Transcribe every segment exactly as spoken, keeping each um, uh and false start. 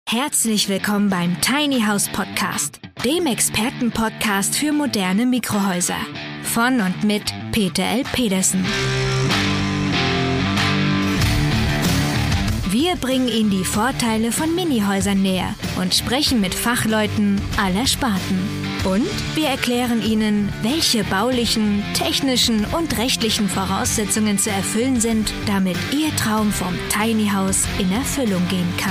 Herzlich willkommen beim Tiny House Podcast, dem Expertenpodcast für moderne Mikrohäuser. Von und mit Peter L. Pedersen. Wir bringen Ihnen die Vorteile von Minihäusern näher und sprechen mit Fachleuten aller Sparten. Und wir erklären Ihnen, welche baulichen, technischen und rechtlichen Voraussetzungen zu erfüllen sind, damit Ihr Traum vom Tiny House in Erfüllung gehen kann.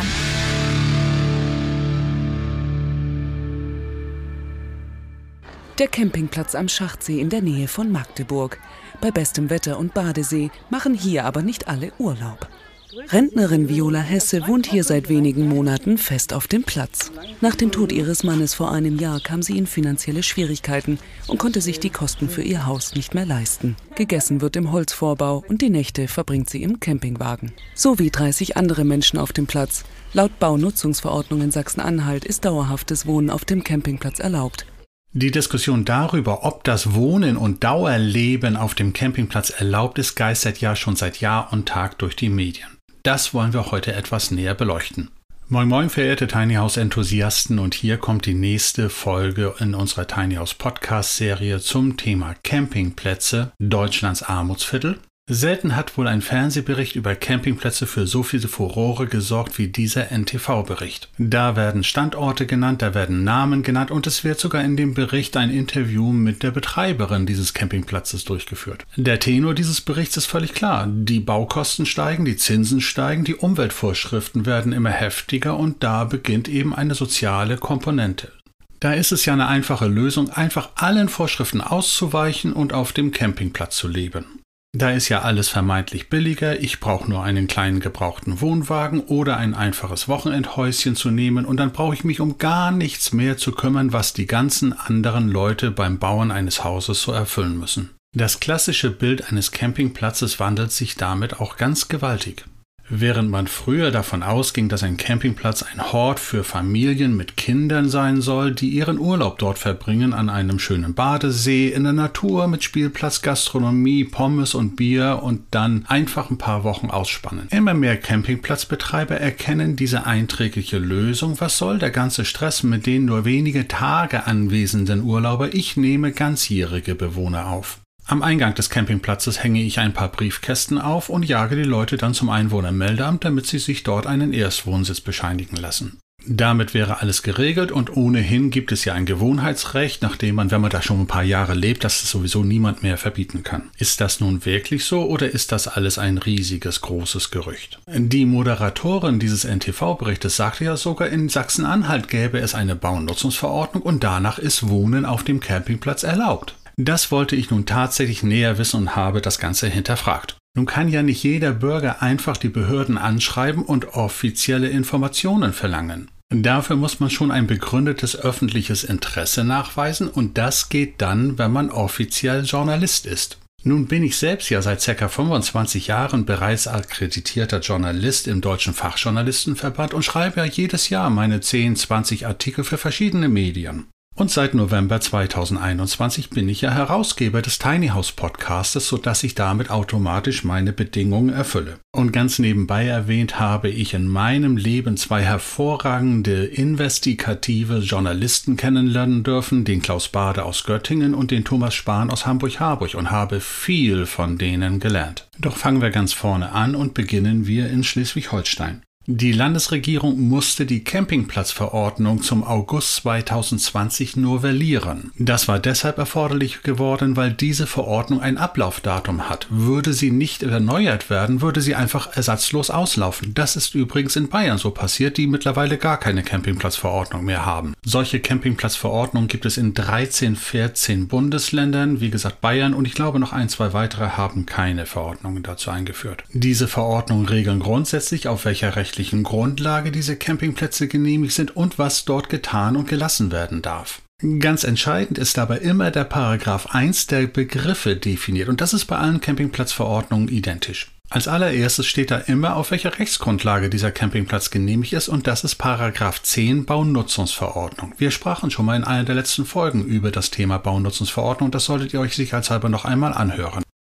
Der Campingplatz am Schachtsee in der Nähe von Magdeburg. Bei bestem Wetter und Badesee machen hier aber nicht alle Urlaub. Rentnerin Viola Hesse wohnt hier seit wenigen Monaten fest auf dem Platz. Nach dem Tod ihres Mannes vor einem Jahr kam sie in finanzielle Schwierigkeiten und konnte sich die Kosten für ihr Haus nicht mehr leisten. Gegessen wird im Holzvorbau und die Nächte verbringt sie im Campingwagen. So wie dreißig andere Menschen auf dem Platz. Laut Baunutzungsverordnung in Sachsen-Anhalt ist dauerhaftes Wohnen auf dem Campingplatz erlaubt. Die Diskussion darüber, ob das Wohnen und Dauerleben auf dem Campingplatz erlaubt ist, geistert ja schon seit Jahr und Tag durch die Medien. Das wollen wir heute etwas näher beleuchten. Moin moin, verehrte Tiny House Enthusiasten, und hier kommt die nächste Folge in unserer Tiny House Podcast Serie zum Thema Campingplätze, Deutschlands Armutsviertel. Selten hat wohl ein Fernsehbericht über Campingplätze für so viel Furore gesorgt wie dieser N T V-Bericht. Da werden Standorte genannt, da werden Namen genannt und es wird sogar in dem Bericht ein Interview mit der Betreiberin dieses Campingplatzes durchgeführt. Der Tenor dieses Berichts ist völlig klar. Die Baukosten steigen, die Zinsen steigen, die Umweltvorschriften werden immer heftiger und da beginnt eben eine soziale Komponente. Da ist es ja eine einfache Lösung, einfach allen Vorschriften auszuweichen und auf dem Campingplatz zu leben. Da ist ja alles vermeintlich billiger, ich brauche nur einen kleinen gebrauchten Wohnwagen oder ein einfaches Wochenendhäuschen zu nehmen und dann brauche ich mich um gar nichts mehr zu kümmern, was die ganzen anderen Leute beim Bauen eines Hauses so erfüllen müssen. Das klassische Bild eines Campingplatzes wandelt sich damit auch ganz gewaltig. Während man früher davon ausging, dass ein Campingplatz ein Hort für Familien mit Kindern sein soll, die ihren Urlaub dort verbringen an einem schönen Badesee, in der Natur mit Spielplatz, Gastronomie, Pommes und Bier und dann einfach ein paar Wochen ausspannen. Immer mehr Campingplatzbetreiber erkennen diese einträgliche Lösung. Was soll der ganze Stress mit den nur wenige Tage anwesenden Urlauber? Ich nehme ganzjährige Bewohner auf. Am Eingang des Campingplatzes hänge ich ein paar Briefkästen auf und jage die Leute dann zum Einwohnermeldeamt, damit sie sich dort einen Erstwohnsitz bescheinigen lassen. Damit wäre alles geregelt und ohnehin gibt es ja ein Gewohnheitsrecht, nachdem man, wenn man da schon ein paar Jahre lebt, dass es sowieso niemand mehr verbieten kann. Ist das nun wirklich so oder ist das alles ein riesiges, großes Gerücht? Die Moderatorin dieses N T V-Berichtes sagte ja sogar, in Sachsen-Anhalt gäbe es eine Baunutzungsverordnung und danach ist Wohnen auf dem Campingplatz erlaubt. Das wollte ich nun tatsächlich näher wissen und habe das Ganze hinterfragt. Nun kann ja nicht jeder Bürger einfach die Behörden anschreiben und offizielle Informationen verlangen. Dafür muss man schon ein begründetes öffentliches Interesse nachweisen und das geht dann, wenn man offiziell Journalist ist. Nun bin ich selbst ja seit ca. fünfundzwanzig Jahren bereits akkreditierter Journalist im Deutschen Fachjournalistenverband und schreibe ja jedes Jahr meine zehn, zwanzig Artikel für verschiedene Medien. Und seit November zweitausendeinundzwanzig bin ich ja Herausgeber des Tiny House Podcastes, sodass ich damit automatisch meine Bedingungen erfülle. Und ganz nebenbei erwähnt habe ich in meinem Leben zwei hervorragende investigative Journalisten kennenlernen dürfen, den Klaus Bade aus Göttingen und den Thomas Spahn aus Hamburg-Harburg und habe viel von denen gelernt. Doch fangen wir ganz vorne an und beginnen wir in Schleswig-Holstein. Die Landesregierung musste die Campingplatzverordnung zum August zweitausendzwanzig novellieren. Das war deshalb erforderlich geworden, weil diese Verordnung ein Ablaufdatum hat. Würde sie nicht erneuert werden, würde sie einfach ersatzlos auslaufen. Das ist übrigens in Bayern so passiert, die mittlerweile gar keine Campingplatzverordnung mehr haben. Solche Campingplatzverordnungen gibt es in dreizehn, vierzehn Bundesländern, wie gesagt Bayern und ich glaube noch ein, zwei weitere haben keine Verordnungen dazu eingeführt. Diese Verordnungen regeln grundsätzlich, auf welcher rechtlichen Grundlage diese Campingplätze genehmigt sind und was dort getan und gelassen werden darf. Ganz entscheidend ist dabei immer der Paragraph eins der Begriffe definiert und das ist bei allen Campingplatzverordnungen identisch. Als allererstes steht da immer, auf welcher Rechtsgrundlage dieser Campingplatz genehmigt ist und das ist Paragraph zehn Baunutzungsverordnung. Wir sprachen schon mal in einer der letzten Folgen über das Thema Baunutzungsverordnung, das solltet ihr euch sicherheitshalber noch einmal anhören.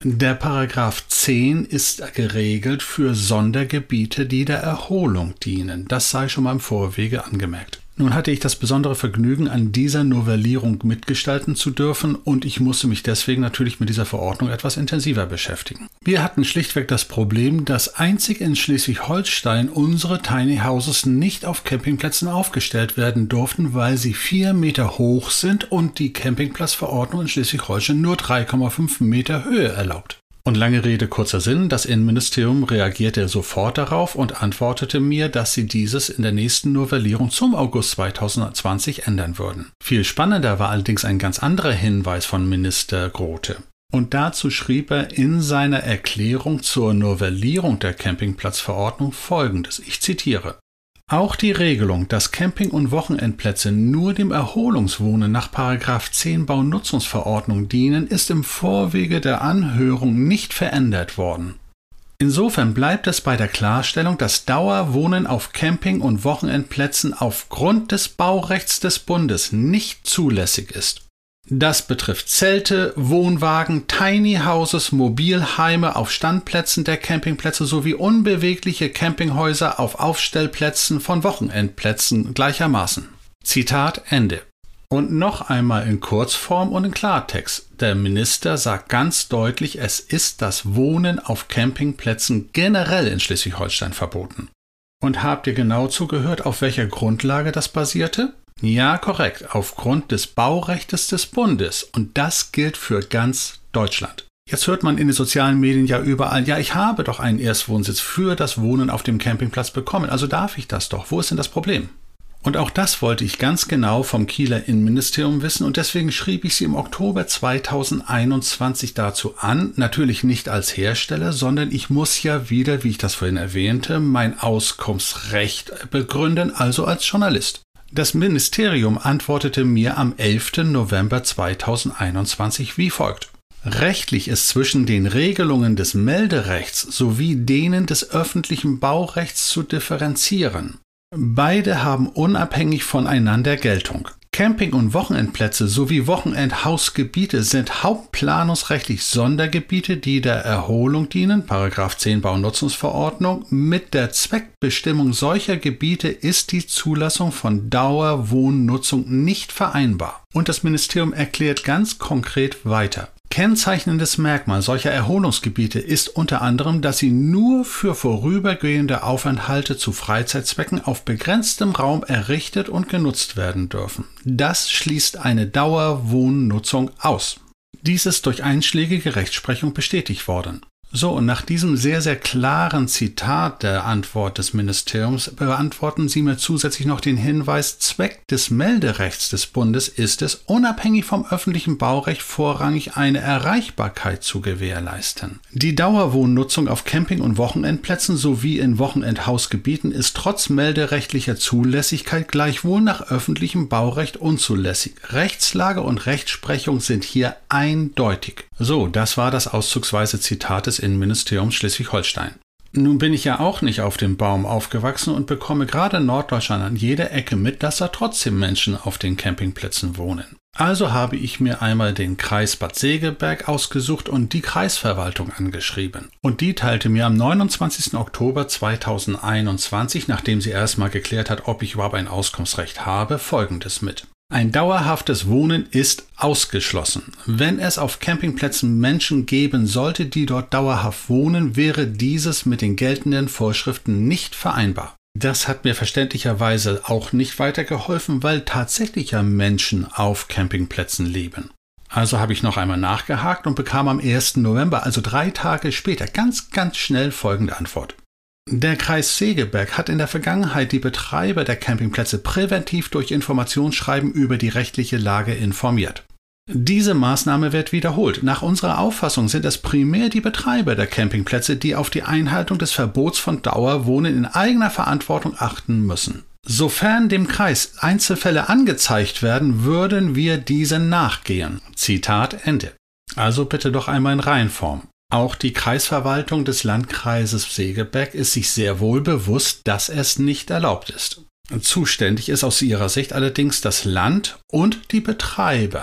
Der Paragraph zehn ist geregelt für Sondergebiete, die der Erholung dienen. Das sei schon mal im Vorwege angemerkt. Nun hatte ich das besondere Vergnügen, an dieser Novellierung mitgestalten zu dürfen und ich musste mich deswegen natürlich mit dieser Verordnung etwas intensiver beschäftigen. Wir hatten schlichtweg das Problem, dass einzig in Schleswig-Holstein unsere Tiny Houses nicht auf Campingplätzen aufgestellt werden durften, weil sie vier Meter hoch sind und die Campingplatzverordnung in Schleswig-Holstein nur drei Komma fünf Meter Höhe erlaubt. Und lange Rede, kurzer Sinn, das Innenministerium reagierte sofort darauf und antwortete mir, dass sie dieses in der nächsten Novellierung zum August zweitausendzwanzig ändern würden. Viel spannender war allerdings ein ganz anderer Hinweis von Minister Grote. Und dazu schrieb er in seiner Erklärung zur Novellierung der Campingplatzverordnung Folgendes, ich zitiere: Auch die Regelung, dass Camping- und Wochenendplätze nur dem Erholungswohnen nach Paragraph zehn Baunutzungsverordnung dienen, ist im Vorwege der Anhörung nicht verändert worden. Insofern bleibt es bei der Klarstellung, dass Dauerwohnen auf Camping- und Wochenendplätzen aufgrund des Baurechts des Bundes nicht zulässig ist. Das betrifft Zelte, Wohnwagen, Tiny Houses, Mobilheime auf Standplätzen der Campingplätze sowie unbewegliche Campinghäuser auf Aufstellplätzen von Wochenendplätzen gleichermaßen. Zitat Ende. Und noch einmal in Kurzform und in Klartext. Der Minister sagt ganz deutlich, es ist das Wohnen auf Campingplätzen generell in Schleswig-Holstein verboten. Und habt ihr genau zugehört, auf welcher Grundlage das basierte? Ja, korrekt, aufgrund des Baurechtes des Bundes. Und das gilt für ganz Deutschland. Jetzt hört man in den sozialen Medien ja überall, ja, ich habe doch einen Erstwohnsitz für das Wohnen auf dem Campingplatz bekommen, also darf ich das doch. Wo ist denn das Problem? Und auch das wollte ich ganz genau vom Kieler Innenministerium wissen und deswegen schrieb ich sie im Oktober zweitausendeinundzwanzig dazu an, natürlich nicht als Hersteller, sondern ich muss ja wieder, wie ich das vorhin erwähnte, mein Auskunftsrecht begründen, also als Journalist. Das Ministerium antwortete mir am elften November zweitausendeinundzwanzig wie folgt. Rechtlich ist zwischen den Regelungen des Melderechts sowie denen des öffentlichen Baurechts zu differenzieren. Beide haben unabhängig voneinander Geltung. Camping- und Wochenendplätze sowie Wochenendhausgebiete sind hauptplanungsrechtlich Sondergebiete, die der Erholung dienen, Paragraph zehn Baunutzungsverordnung. Mit der Zweckbestimmung solcher Gebiete ist die Zulassung von Dauerwohnnutzung nicht vereinbar. Und das Ministerium erklärt ganz konkret weiter. Kennzeichnendes Merkmal solcher Erholungsgebiete ist unter anderem, dass sie nur für vorübergehende Aufenthalte zu Freizeitzwecken auf begrenztem Raum errichtet und genutzt werden dürfen. Das schließt eine Dauerwohnnutzung aus. Dies ist durch einschlägige Rechtsprechung bestätigt worden. So, und nach diesem sehr, sehr klaren Zitat der Antwort des Ministeriums beantworten Sie mir zusätzlich noch den Hinweis, Zweck des Melderechts des Bundes ist es, unabhängig vom öffentlichen Baurecht vorrangig eine Erreichbarkeit zu gewährleisten. Die Dauerwohnnutzung auf Camping- und Wochenendplätzen sowie in Wochenendhausgebieten ist trotz melderechtlicher Zulässigkeit gleichwohl nach öffentlichem Baurecht unzulässig. Rechtslage und Rechtsprechung sind hier eindeutig. So, das war das auszugsweise Zitat des Innenministeriums Schleswig-Holstein. Nun bin ich ja auch nicht auf dem Baum aufgewachsen und bekomme gerade in Norddeutschland an jeder Ecke mit, dass da trotzdem Menschen auf den Campingplätzen wohnen. Also habe ich mir einmal den Kreis Bad Segeberg ausgesucht und die Kreisverwaltung angeschrieben. Und die teilte mir am neunundzwanzigsten Oktober zweitausendeinundzwanzig, nachdem sie erstmal geklärt hat, ob ich überhaupt ein Auskunftsrecht habe, Folgendes mit. Ein dauerhaftes Wohnen ist ausgeschlossen. Wenn es auf Campingplätzen Menschen geben sollte, die dort dauerhaft wohnen, wäre dieses mit den geltenden Vorschriften nicht vereinbar. Das hat mir verständlicherweise auch nicht weitergeholfen, weil tatsächlich ja Menschen auf Campingplätzen leben. Also habe ich noch einmal nachgehakt und bekam am ersten November, also drei Tage später, ganz, ganz schnell folgende Antwort. Der Kreis Segeberg hat in der Vergangenheit die Betreiber der Campingplätze präventiv durch Informationsschreiben über die rechtliche Lage informiert. Diese Maßnahme wird wiederholt. Nach unserer Auffassung sind es primär die Betreiber der Campingplätze, die auf die Einhaltung des Verbots von Dauerwohnen in eigener Verantwortung achten müssen. Sofern dem Kreis Einzelfälle angezeigt werden, würden wir diesen nachgehen. Zitat Ende. Also bitte doch einmal in Reihenform. Auch die Kreisverwaltung des Landkreises Segeberg ist sich sehr wohl bewusst, dass es nicht erlaubt ist. Zuständig ist aus ihrer Sicht allerdings das Land und die Betreiber.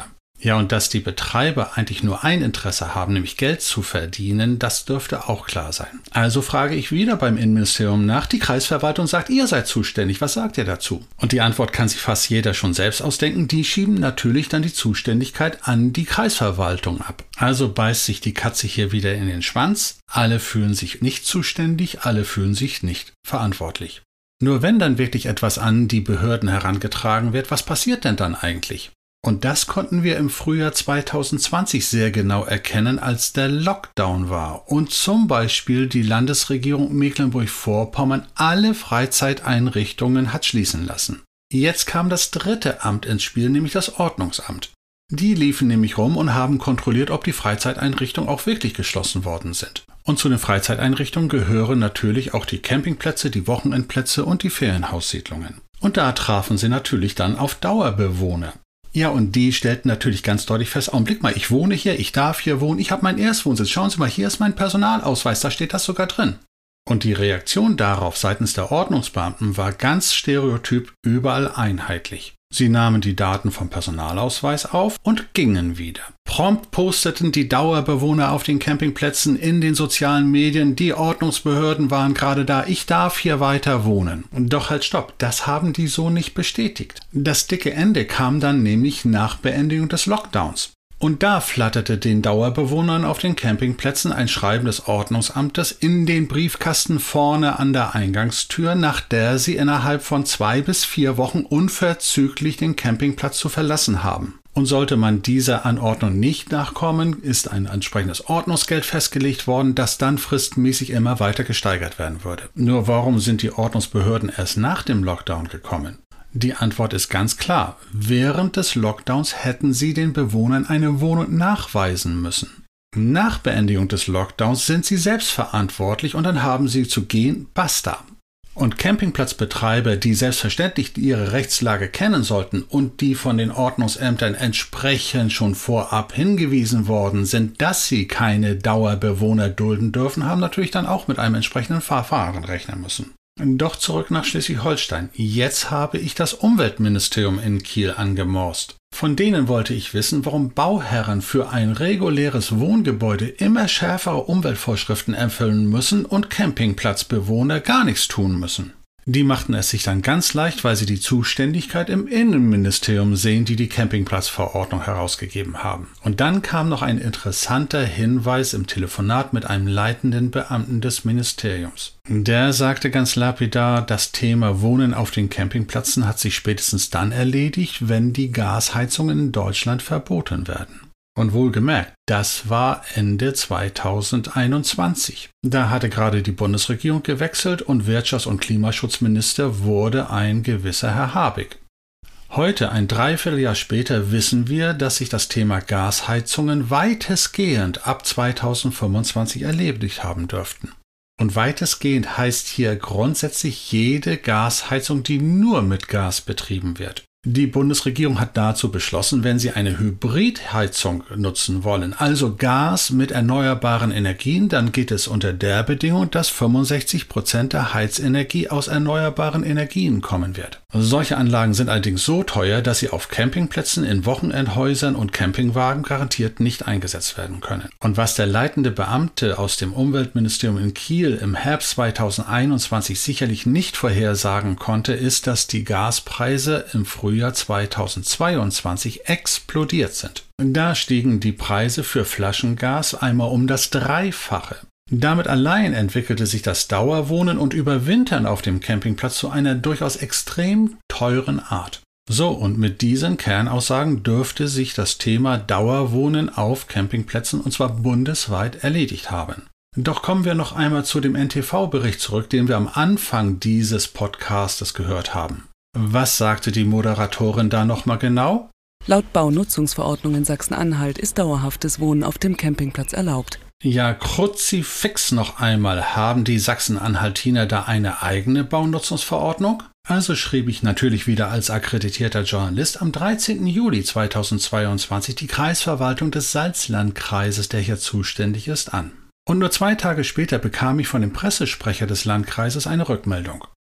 Ja, und dass die Betreiber eigentlich nur ein Interesse haben, nämlich Geld zu verdienen, das dürfte auch klar sein. Also frage ich wieder beim Innenministerium nach. Die Kreisverwaltung sagt, ihr seid zuständig. Was sagt ihr dazu? Und die Antwort kann sich fast jeder schon selbst ausdenken. Die schieben natürlich dann die Zuständigkeit an die Kreisverwaltung ab. Also beißt sich die Katze hier wieder in den Schwanz. Alle fühlen sich nicht zuständig, alle fühlen sich nicht verantwortlich. Nur wenn dann wirklich etwas an die Behörden herangetragen wird, was passiert denn dann eigentlich? Und das konnten wir im Frühjahr zwanzig zwanzig sehr genau erkennen, als der Lockdown war und zum Beispiel die Landesregierung Mecklenburg-Vorpommern alle Freizeiteinrichtungen hat schließen lassen. Jetzt kam das dritte Amt ins Spiel, nämlich das Ordnungsamt. Die liefen nämlich rum und haben kontrolliert, ob die Freizeiteinrichtungen auch wirklich geschlossen worden sind. Und zu den Freizeiteinrichtungen gehören natürlich auch die Campingplätze, die Wochenendplätze und die Ferienhaussiedlungen. Und da trafen sie natürlich dann auf Dauerbewohner. Ja, und die stellten natürlich ganz deutlich fest, Augenblick mal, ich wohne hier, ich darf hier wohnen, ich habe meinen Erstwohnsitz. Schauen Sie mal, hier ist mein Personalausweis, da steht das sogar drin. Und die Reaktion darauf seitens der Ordnungsbeamten war ganz stereotyp überall einheitlich. Sie nahmen die Daten vom Personalausweis auf und gingen wieder. Prompt posteten die Dauerbewohner auf den Campingplätzen in den sozialen Medien, die Ordnungsbehörden waren gerade da, ich darf hier weiter wohnen. Doch halt stopp, das haben die so nicht bestätigt. Das dicke Ende kam dann nämlich nach Beendigung des Lockdowns. Und da flatterte den Dauerbewohnern auf den Campingplätzen ein Schreiben des Ordnungsamtes in den Briefkasten vorne an der Eingangstür, nach der sie innerhalb von zwei bis vier Wochen unverzüglich den Campingplatz zu verlassen haben. Und sollte man dieser Anordnung nicht nachkommen, ist ein entsprechendes Ordnungsgeld festgelegt worden, das dann fristmäßig immer weiter gesteigert werden würde. Nur warum sind die Ordnungsbehörden erst nach dem Lockdown gekommen? Die Antwort ist ganz klar. Während des Lockdowns hätten sie den Bewohnern eine Wohnung nachweisen müssen. Nach Beendigung des Lockdowns sind sie selbst verantwortlich und dann haben sie zu gehen, basta. Und Campingplatzbetreiber, die selbstverständlich ihre Rechtslage kennen sollten und die von den Ordnungsämtern entsprechend schon vorab hingewiesen worden sind, dass sie keine Dauerbewohner dulden dürfen, haben natürlich dann auch mit einem entsprechenden Verfahren rechnen müssen. Doch zurück nach Schleswig-Holstein. Jetzt habe ich das Umweltministerium in Kiel angemorst. Von denen wollte ich wissen, warum Bauherren für ein reguläres Wohngebäude immer schärfere Umweltvorschriften erfüllen müssen und Campingplatzbewohner gar nichts tun müssen. Die machten es sich dann ganz leicht, weil sie die Zuständigkeit im Innenministerium sehen, die die Campingplatzverordnung herausgegeben haben. Und dann kam noch ein interessanter Hinweis im Telefonat mit einem leitenden Beamten des Ministeriums. Der sagte ganz lapidar, das Thema Wohnen auf den Campingplätzen hat sich spätestens dann erledigt, wenn die Gasheizungen in Deutschland verboten werden. Und wohlgemerkt, das war Ende zweitausendeinundzwanzig. Da hatte gerade die Bundesregierung gewechselt und Wirtschafts- und Klimaschutzminister wurde ein gewisser Herr Habeck. Heute, ein Dreivierteljahr später, wissen wir, dass sich das Thema Gasheizungen weitestgehend ab zweitausendfünfundzwanzig erledigt haben dürften. Und weitestgehend heißt hier grundsätzlich jede Gasheizung, die nur mit Gas betrieben wird. Die Bundesregierung hat dazu beschlossen, wenn sie eine Hybridheizung nutzen wollen, also Gas mit erneuerbaren Energien, dann geht es unter der Bedingung, dass fünfundsechzig Prozent der Heizenergie aus erneuerbaren Energien kommen wird. Solche Anlagen sind allerdings so teuer, dass sie auf Campingplätzen, in Wochenendhäusern und Campingwagen garantiert nicht eingesetzt werden können. Und was der leitende Beamte aus dem Umweltministerium in Kiel im Herbst zweitausendeinundzwanzig sicherlich nicht vorhersagen konnte, ist, dass die Gaspreise im Frühjahr zweitausendzweiundzwanzig explodiert sind. Da stiegen die Preise für Flaschengas einmal um das Dreifache. Damit allein entwickelte sich das Dauerwohnen und Überwintern auf dem Campingplatz zu einer durchaus extrem teuren Art. So, und mit diesen Kernaussagen dürfte sich das Thema Dauerwohnen auf Campingplätzen und zwar bundesweit erledigt haben. Doch kommen wir noch einmal zu dem N T V-Bericht zurück, den wir am Anfang dieses Podcastes gehört haben. Was sagte die Moderatorin da nochmal genau? Laut Baunutzungsverordnung in Sachsen-Anhalt ist dauerhaftes Wohnen auf dem Campingplatz erlaubt. Ja, kruzifix noch einmal. Haben die Sachsen-Anhaltiner da eine eigene Baunutzungsverordnung? Also schrieb ich natürlich wieder als akkreditierter Journalist am dreizehnten Juli zweitausendzweiundzwanzig die Kreisverwaltung des Salzlandkreises, der hier zuständig ist, an. Und nur zwei Tage später bekam ich von dem Pressesprecher des Landkreises eine Rückmeldung.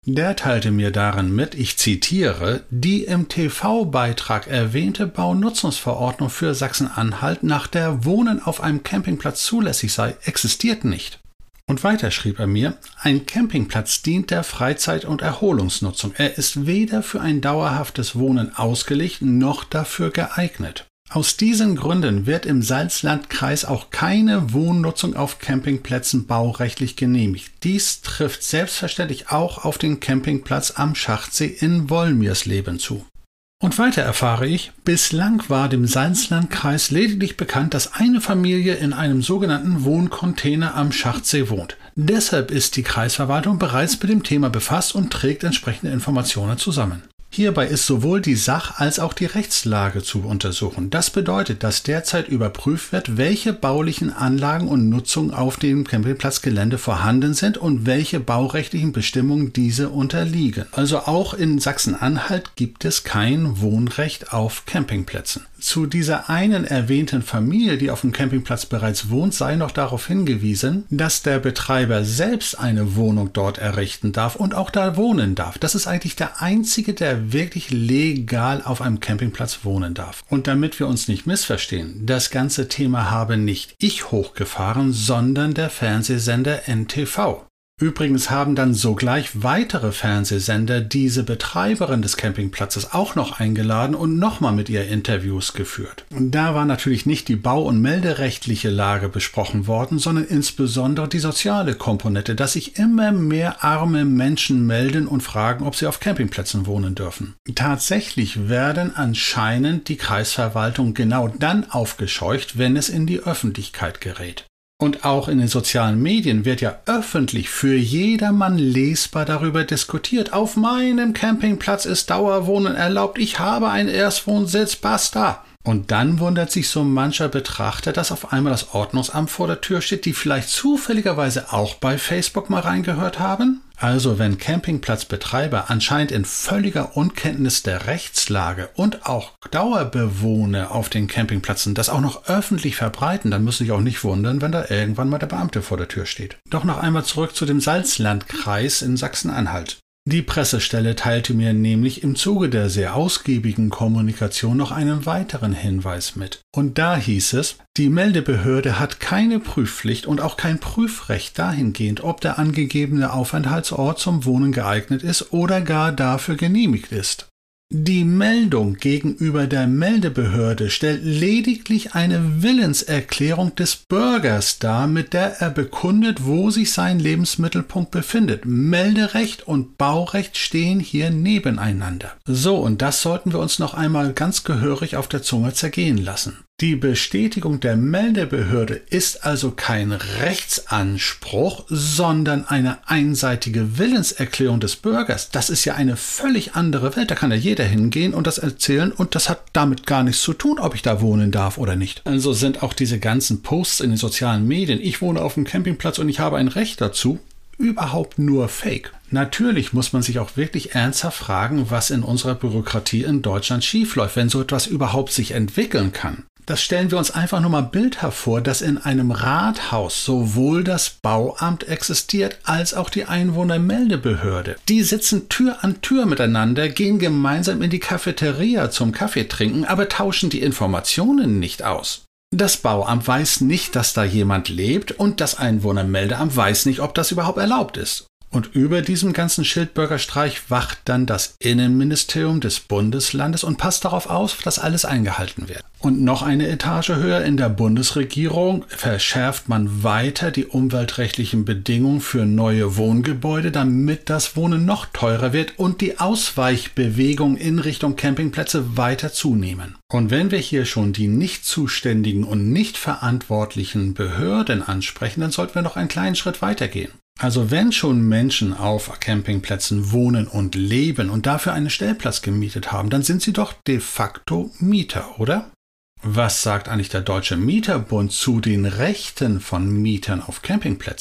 Der teilte mir darin mit, ich zitiere, die im T V-Beitrag erwähnte Baunutzungsverordnung für Sachsen-Anhalt, nach der Wohnen auf einem Campingplatz zulässig sei, existiert nicht. Und weiter schrieb er mir, ein Campingplatz dient der Freizeit- und Erholungsnutzung. Er ist weder für ein dauerhaftes Wohnen ausgelegt, noch dafür geeignet. Aus diesen Gründen wird im Salzlandkreis auch keine Wohnnutzung auf Campingplätzen baurechtlich genehmigt. Dies trifft selbstverständlich auch auf den Campingplatz am Schachtsee in Wollmirsleben zu. Und weiter erfahre ich, bislang war dem Salzlandkreis lediglich bekannt, dass eine Familie in einem sogenannten Wohncontainer am Schachtsee wohnt. Deshalb ist die Kreisverwaltung bereits mit dem Thema befasst und trägt entsprechende Informationen zusammen. Hierbei ist sowohl die Sach- als auch die Rechtslage zu untersuchen. Das bedeutet, dass derzeit überprüft wird, welche baulichen Anlagen und Nutzungen auf dem Campingplatzgelände vorhanden sind und welche baurechtlichen Bestimmungen diese unterliegen. Also auch in Sachsen-Anhalt gibt es kein Wohnrecht auf Campingplätzen. Zu dieser einen erwähnten Familie, die auf dem Campingplatz bereits wohnt, sei noch darauf hingewiesen, dass der Betreiber selbst eine Wohnung dort errichten darf und auch da wohnen darf. Das ist eigentlich der einzige, der wirklich legal auf einem Campingplatz wohnen darf. Und damit wir uns nicht missverstehen, das ganze Thema habe nicht ich hochgefahren, sondern der Fernsehsender N T V. Übrigens haben dann sogleich weitere Fernsehsender diese Betreiberin des Campingplatzes auch noch eingeladen und nochmal mit ihr Interviews geführt. Und da war natürlich nicht die bau- und melderechtliche Lage besprochen worden, sondern insbesondere die soziale Komponente, dass sich immer mehr arme Menschen melden und fragen, ob sie auf Campingplätzen wohnen dürfen. Tatsächlich werden anscheinend die Kreisverwaltung genau dann aufgescheucht, wenn es in die Öffentlichkeit gerät. Und auch in den sozialen Medien wird ja öffentlich für jedermann lesbar darüber diskutiert. Auf meinem Campingplatz ist Dauerwohnen erlaubt. Ich habe einen Erstwohnsitz, basta. Und dann wundert sich so mancher Betrachter, dass auf einmal das Ordnungsamt vor der Tür steht, die vielleicht zufälligerweise auch bei Facebook mal reingehört haben. Also wenn Campingplatzbetreiber anscheinend in völliger Unkenntnis der Rechtslage und auch Dauerbewohner auf den Campingplätzen das auch noch öffentlich verbreiten, dann müssen Sie sich auch nicht wundern, wenn da irgendwann mal der Beamte vor der Tür steht. Doch noch einmal zurück zu dem Salzlandkreis in Sachsen-Anhalt. Die Pressestelle teilte mir nämlich im Zuge der sehr ausgiebigen Kommunikation noch einen weiteren Hinweis mit. Und da hieß es, die Meldebehörde hat keine Prüfpflicht und auch kein Prüfrecht dahingehend, ob der angegebene Aufenthaltsort zum Wohnen geeignet ist oder gar dafür genehmigt ist. Die Meldung gegenüber der Meldebehörde stellt lediglich eine Willenserklärung des Bürgers dar, mit der er bekundet, wo sich sein Lebensmittelpunkt befindet. Melderecht und Baurecht stehen hier nebeneinander. So, und das sollten wir uns noch einmal ganz gehörig auf der Zunge zergehen lassen. Die Bestätigung der Meldebehörde ist also kein Rechtsanspruch, sondern eine einseitige Willenserklärung des Bürgers. Das ist ja eine völlig andere Welt. Da kann ja jeder hingehen und das erzählen und das hat damit gar nichts zu tun, ob ich da wohnen darf oder nicht. Also sind auch diese ganzen Posts in den sozialen Medien, ich wohne auf dem Campingplatz und ich habe ein Recht dazu, überhaupt nur Fake. Natürlich muss man sich auch wirklich ernsthaft fragen, was in unserer Bürokratie in Deutschland schiefläuft, wenn so etwas überhaupt sich entwickeln kann. Das stellen wir uns einfach nur mal bildhaft vor, dass in einem Rathaus sowohl das Bauamt existiert, als auch die Einwohnermeldebehörde. Die sitzen Tür an Tür miteinander, gehen gemeinsam in die Cafeteria zum Kaffee trinken, aber tauschen die Informationen nicht aus. Das Bauamt weiß nicht, dass da jemand lebt und das Einwohnermeldeamt weiß nicht, ob das überhaupt erlaubt ist. Und über diesem ganzen Schildbürgerstreich wacht dann das Innenministerium des Bundeslandes und passt darauf auf, dass alles eingehalten wird. Und noch eine Etage höher in der Bundesregierung verschärft man weiter die umweltrechtlichen Bedingungen für neue Wohngebäude, damit das Wohnen noch teurer wird und die Ausweichbewegungen in Richtung Campingplätze weiter zunehmen. Und wenn wir hier schon die nicht zuständigen und nicht verantwortlichen Behörden ansprechen, dann sollten wir noch einen kleinen Schritt weitergehen. Also wenn schon Menschen auf Campingplätzen wohnen und leben und dafür einen Stellplatz gemietet haben, dann sind sie doch de facto Mieter, oder? Was sagt eigentlich der Deutsche Mieterbund zu den Rechten von Mietern auf Campingplätzen?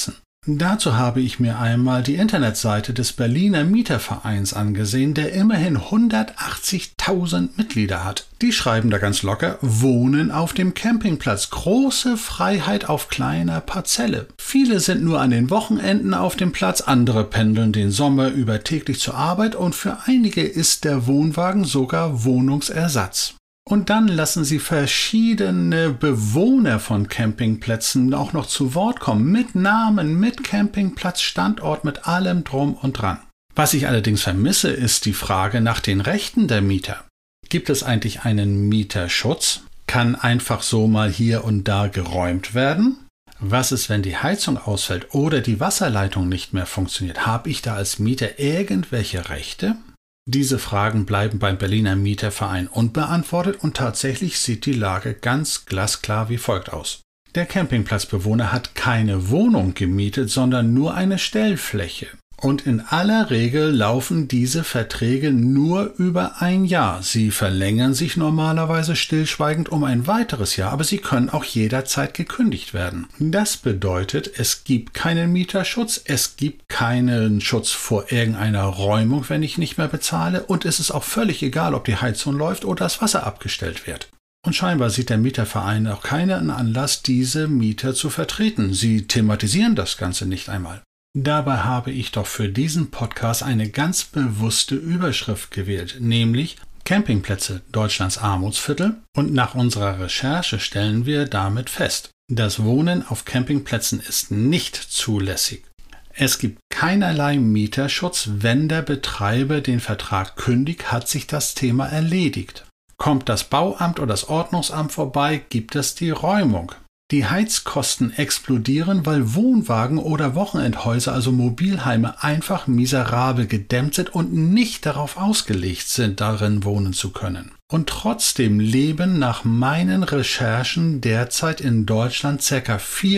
Dazu habe ich mir einmal die Internetseite des Berliner Mietervereins angesehen, der immerhin hundertachtzigtausend Mitglieder hat. Die schreiben da ganz locker: Wohnen auf dem Campingplatz, große Freiheit auf kleiner Parzelle. Viele sind nur an den Wochenenden auf dem Platz, andere pendeln den Sommer über täglich zur Arbeit und für einige ist der Wohnwagen sogar Wohnungsersatz. Und dann lassen sie verschiedene Bewohner von Campingplätzen auch noch zu Wort kommen, mit Namen, mit Campingplatz, Standort, mit allem drum und dran. Was ich allerdings vermisse, ist die Frage nach den Rechten der Mieter. Gibt es eigentlich einen Mieterschutz? Kann einfach so mal hier und da geräumt werden? Was ist, wenn die Heizung ausfällt oder die Wasserleitung nicht mehr funktioniert? Habe ich da als Mieter irgendwelche Rechte? Diese Fragen bleiben beim Berliner Mieterverein unbeantwortet und tatsächlich sieht die Lage ganz glasklar wie folgt aus. Der Campingplatzbewohner hat keine Wohnung gemietet, sondern nur eine Stellfläche. Und in aller Regel laufen diese Verträge nur über ein Jahr. Sie verlängern sich normalerweise stillschweigend um ein weiteres Jahr, aber sie können auch jederzeit gekündigt werden. Das bedeutet, es gibt keinen Mieterschutz, es gibt keinen Schutz vor irgendeiner Räumung, wenn ich nicht mehr bezahle, und es ist auch völlig egal, ob die Heizung läuft oder das Wasser abgestellt wird. Und scheinbar sieht der Mieterverein auch keinen Anlass, diese Mieter zu vertreten. Sie thematisieren das Ganze nicht einmal. Dabei habe ich doch für diesen Podcast eine ganz bewusste Überschrift gewählt, nämlich Campingplätze, Deutschlands Armutsviertel, und nach unserer Recherche stellen wir damit fest: Das Wohnen auf Campingplätzen ist nicht zulässig. Es gibt keinerlei Mieterschutz. Wenn der Betreiber den Vertrag kündigt, hat sich das Thema erledigt. Kommt das Bauamt oder das Ordnungsamt vorbei, gibt es die Räumung. Die Heizkosten explodieren, weil Wohnwagen oder Wochenendhäuser, also Mobilheime, einfach miserabel gedämmt sind und nicht darauf ausgelegt sind, darin wohnen zu können. Und trotzdem leben nach meinen Recherchen derzeit in Deutschland ca.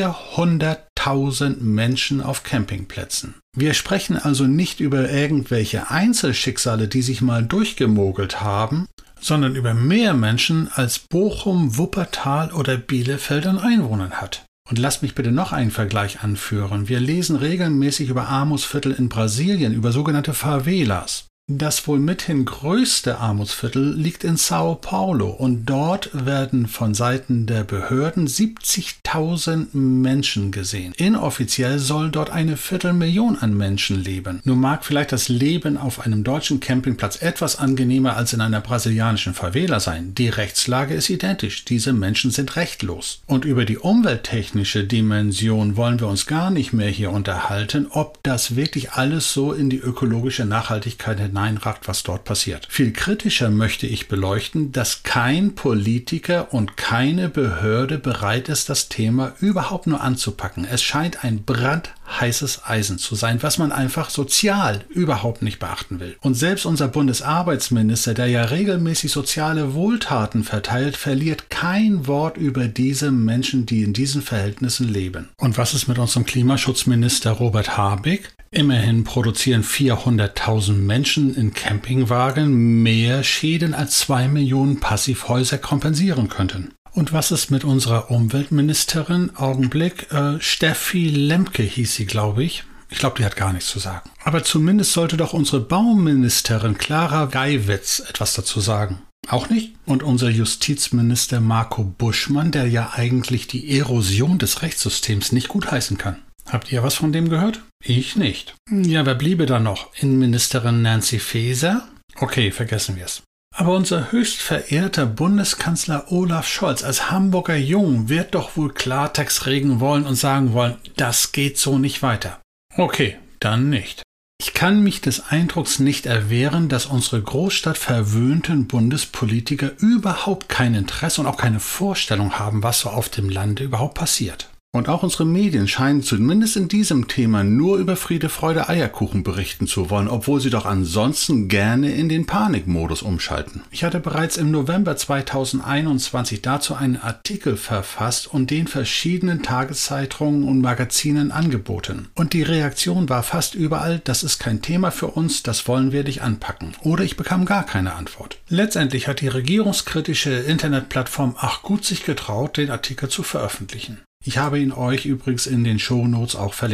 vierhunderttausend Menschen auf Campingplätzen. Wir sprechen also nicht über irgendwelche Einzelschicksale, die sich mal durchgemogelt haben, sondern über mehr Menschen, als Bochum, Wuppertal oder Bielefeld an Einwohnern hat. Und lasst mich bitte noch einen Vergleich anführen. Wir lesen regelmäßig über Armutsviertel in Brasilien, über sogenannte Favelas. Das wohl mithin größte Armutsviertel liegt in Sao Paulo und dort werden von Seiten der Behörden siebzigtausend Menschen gesehen. Inoffiziell soll dort eine Viertelmillion an Menschen leben. Nun mag vielleicht das Leben auf einem deutschen Campingplatz etwas angenehmer als in einer brasilianischen Favela sein. Die Rechtslage ist identisch. Diese Menschen sind rechtlos. Und über die umwelttechnische Dimension wollen wir uns gar nicht mehr hier unterhalten, ob das wirklich alles so in die ökologische Nachhaltigkeit hineinragt, was dort passiert. Viel kritischer möchte ich beleuchten, dass kein Politiker und keine Behörde bereit ist, das Thema überhaupt nur anzupacken. Es scheint ein brandheißes Eisen zu sein, was man einfach sozial überhaupt nicht beachten will. Und selbst unser Bundesarbeitsminister, der ja regelmäßig soziale Wohltaten verteilt, verliert kein Wort über diese Menschen, die in diesen Verhältnissen leben. Und was ist mit unserem Klimaschutzminister Robert Habeck? Immerhin produzieren vierhunderttausend Menschen in Campingwagen mehr Schäden, als zwei Millionen Passivhäuser kompensieren könnten. Und was ist mit unserer Umweltministerin? Augenblick, äh, Steffi Lemke hieß sie, glaube ich. Ich glaube, die hat gar nichts zu sagen. Aber zumindest sollte doch unsere Bauministerin Clara Geiwitz etwas dazu sagen. Auch nicht? Und unser Justizminister Marco Buschmann, der ja eigentlich die Erosion des Rechtssystems nicht gutheißen kann. Habt ihr was von dem gehört? Ich nicht. Ja, wer bliebe da noch? Innenministerin Nancy Faeser? Okay, vergessen wir es. Aber unser höchst verehrter Bundeskanzler Olaf Scholz als Hamburger Jung wird doch wohl Klartext reden wollen und sagen wollen, das geht so nicht weiter. Okay, dann nicht. Ich kann mich des Eindrucks nicht erwehren, dass unsere großstadtverwöhnten Bundespolitiker überhaupt kein Interesse und auch keine Vorstellung haben, was so auf dem Lande überhaupt passiert. Und auch unsere Medien scheinen zumindest in diesem Thema nur über Friede, Freude, Eierkuchen berichten zu wollen, obwohl sie doch ansonsten gerne in den Panikmodus umschalten. Ich hatte bereits im November zweitausendeinundzwanzig dazu einen Artikel verfasst und den verschiedenen Tageszeitungen und Magazinen angeboten. Und die Reaktion war fast überall, das ist kein Thema für uns, das wollen wir nicht anpacken. Oder ich bekam gar keine Antwort. Letztendlich hat die regierungskritische Internetplattform Ach Gut sich getraut, den Artikel zu veröffentlichen. Ich habe ihn euch übrigens in den Shownotes auch verlinkt.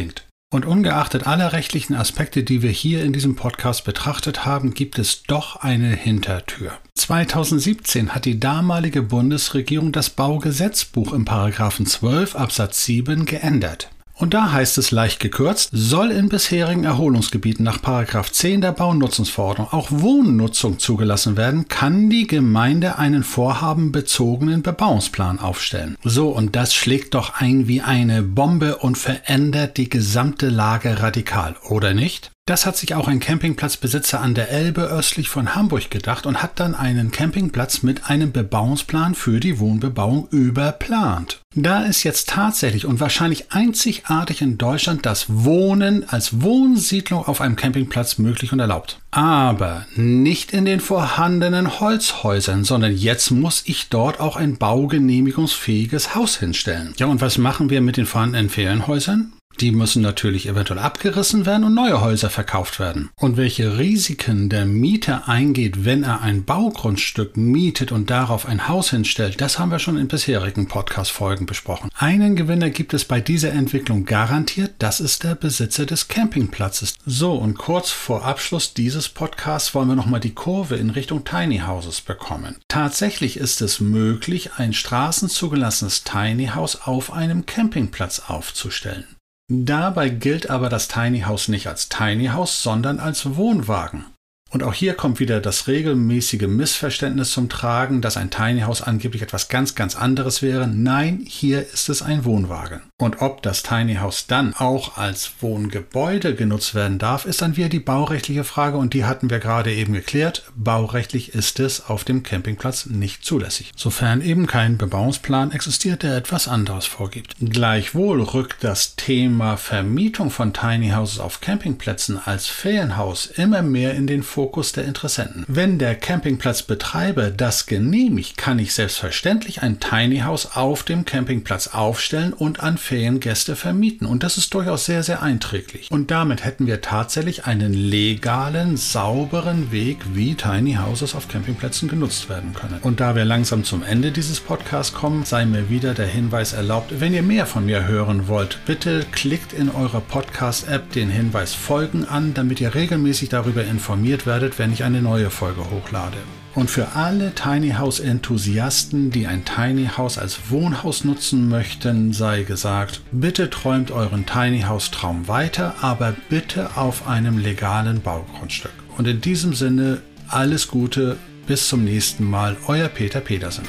Und ungeachtet aller rechtlichen Aspekte, die wir hier in diesem Podcast betrachtet haben, gibt es doch eine Hintertür. zweitausendsiebzehn hat die damalige Bundesregierung das Baugesetzbuch im Paragraphen zwölf Absatz sieben geändert. Und da heißt es leicht gekürzt, soll in bisherigen Erholungsgebieten nach Paragraph zehn der Baunutzungsverordnung auch Wohnnutzung zugelassen werden, kann die Gemeinde einen vorhabenbezogenen Bebauungsplan aufstellen. So, und das schlägt doch ein wie eine Bombe und verändert die gesamte Lage radikal, oder nicht? Das hat sich auch ein Campingplatzbesitzer an der Elbe östlich von Hamburg gedacht und hat dann einen Campingplatz mit einem Bebauungsplan für die Wohnbebauung überplant. Da ist jetzt tatsächlich und wahrscheinlich einzigartig in Deutschland das Wohnen als Wohnsiedlung auf einem Campingplatz möglich und erlaubt. Aber nicht in den vorhandenen Holzhäusern, sondern jetzt muss ich dort auch ein baugenehmigungsfähiges Haus hinstellen. Ja, und was machen wir mit den vorhandenen Ferienhäusern? Die müssen natürlich eventuell abgerissen werden und neue Häuser verkauft werden. Und welche Risiken der Mieter eingeht, wenn er ein Baugrundstück mietet und darauf ein Haus hinstellt, das haben wir schon in bisherigen Podcast-Folgen besprochen. Einen Gewinner gibt es bei dieser Entwicklung garantiert, das ist der Besitzer des Campingplatzes. So, und kurz vor Abschluss dieses Podcasts wollen wir nochmal die Kurve in Richtung Tiny Houses bekommen. Tatsächlich ist es möglich, ein straßenzugelassenes Tiny House auf einem Campingplatz aufzustellen. Dabei gilt aber das Tiny House nicht als Tiny House, sondern als Wohnwagen. Und auch hier kommt wieder das regelmäßige Missverständnis zum Tragen, dass ein Tiny House angeblich etwas ganz, ganz anderes wäre. Nein, hier ist es ein Wohnwagen. Und ob das Tiny House dann auch als Wohngebäude genutzt werden darf, ist dann wieder die baurechtliche Frage und die hatten wir gerade eben geklärt. Baurechtlich ist es auf dem Campingplatz nicht zulässig, sofern eben kein Bebauungsplan existiert, der etwas anderes vorgibt. Gleichwohl rückt das Thema Vermietung von Tiny Houses auf Campingplätzen als Ferienhaus immer mehr in den Fokus der Interessenten. Wenn der Campingplatzbetreiber das genehmigt, kann ich selbstverständlich ein Tiny House auf dem Campingplatz aufstellen und an Feriengäste vermieten. Und das ist durchaus sehr, sehr einträglich. Und damit hätten wir tatsächlich einen legalen, sauberen Weg, wie Tiny Houses auf Campingplätzen genutzt werden können. Und da wir langsam zum Ende dieses Podcasts kommen, sei mir wieder der Hinweis erlaubt, wenn ihr mehr von mir hören wollt, bitte klickt in eurer Podcast-App den Hinweis Folgen an, damit ihr regelmäßig darüber informiert werdet, wenn ich eine neue Folge hochlade. Und für alle Tiny House Enthusiasten, die ein Tiny House als Wohnhaus nutzen möchten, sei gesagt, bitte träumt euren Tiny House Traum weiter, aber bitte auf einem legalen Baugrundstück. Und in diesem Sinne, alles Gute, bis zum nächsten Mal, euer Peter Pedersen.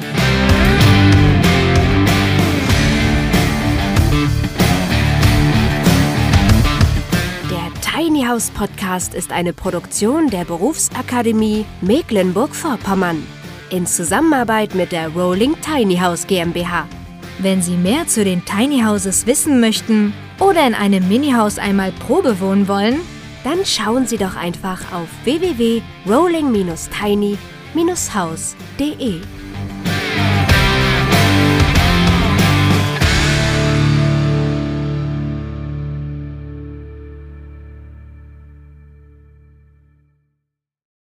Tiny House Podcast ist eine Produktion der Berufsakademie Mecklenburg-Vorpommern in Zusammenarbeit mit der Rolling Tiny House GmbH. Wenn Sie mehr zu den Tiny Houses wissen möchten oder in einem Mini-Haus einmal Probe wohnen wollen, dann schauen Sie doch einfach auf w w w punkt rolling Bindestrich tiny Bindestrich house punkt de.